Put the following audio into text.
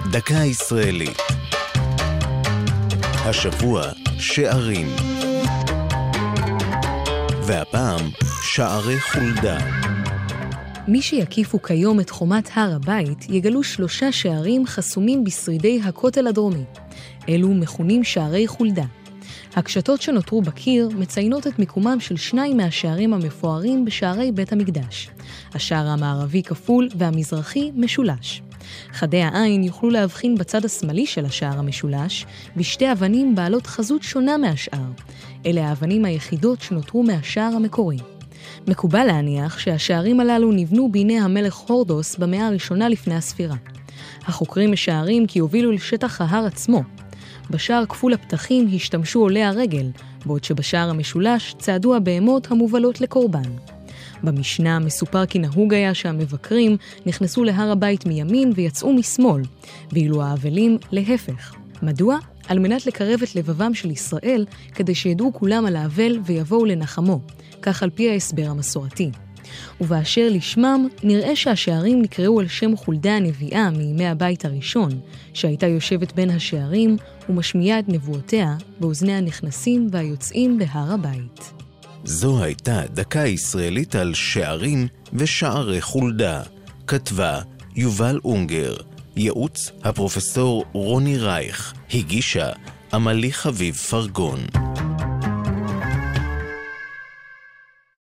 דקה ישראלית. השבוע שערים. והפעם שערי חולדה. מי שיקיפו כיום את חומת הר הבית יגלו 3 שערים חסומים בשרידי הכותל הדרומי. אלו מכונים שערי חולדה. הקשתות שנותרו בקיר מציינות את מיקומם של 2 מהשערים המפוארים בשערי בית המקדש. השער המערבי כפול והמזרחי משולש. חדי העין יוכלו להבחין בצד השמאלי של השער המשולש בשתי אבנים בעלות חזות שונה מהשאר. אלה האבנים היחידות שנותרו מהשער המקורי. מקובל להניח שהשערים הללו נבנו בידי המלך הורדוס במאה הראשונה לפני הספירה. החוקרים משערים כי הובילו לשטח ההר עצמו. בשער כפול הפתחים השתמשו עולי הרגל, בעוד שבשער המשולש צעדו הבהמות המובלות לקורבן. במשנה מסופר כי נהוג היה שהמבקרים נכנסו להר הבית מימין ויצאו משמאל, ואילו האבלים להפך. מדוע? על מנת לקרב את לבבם של ישראל, כדי שידעו כולם על האבל ויבואו לנחמו, כך על פי ההסבר המסורתי. ובאשר לשמם, נראה שהשערים נקראו על שם חולדה הנביאה מימי הבית הראשון, שהייתה יושבת בין השערים ומשמיעה את נבואותיה באוזני הנכנסים והיוצאים בהר הבית. זו הייתה דקה ישראלית על שערים ושערי חולדה. כתבה יובל אונגר, ייעוץ הפרופסור רוני רייך, הגישה עמלי חביב פרגון.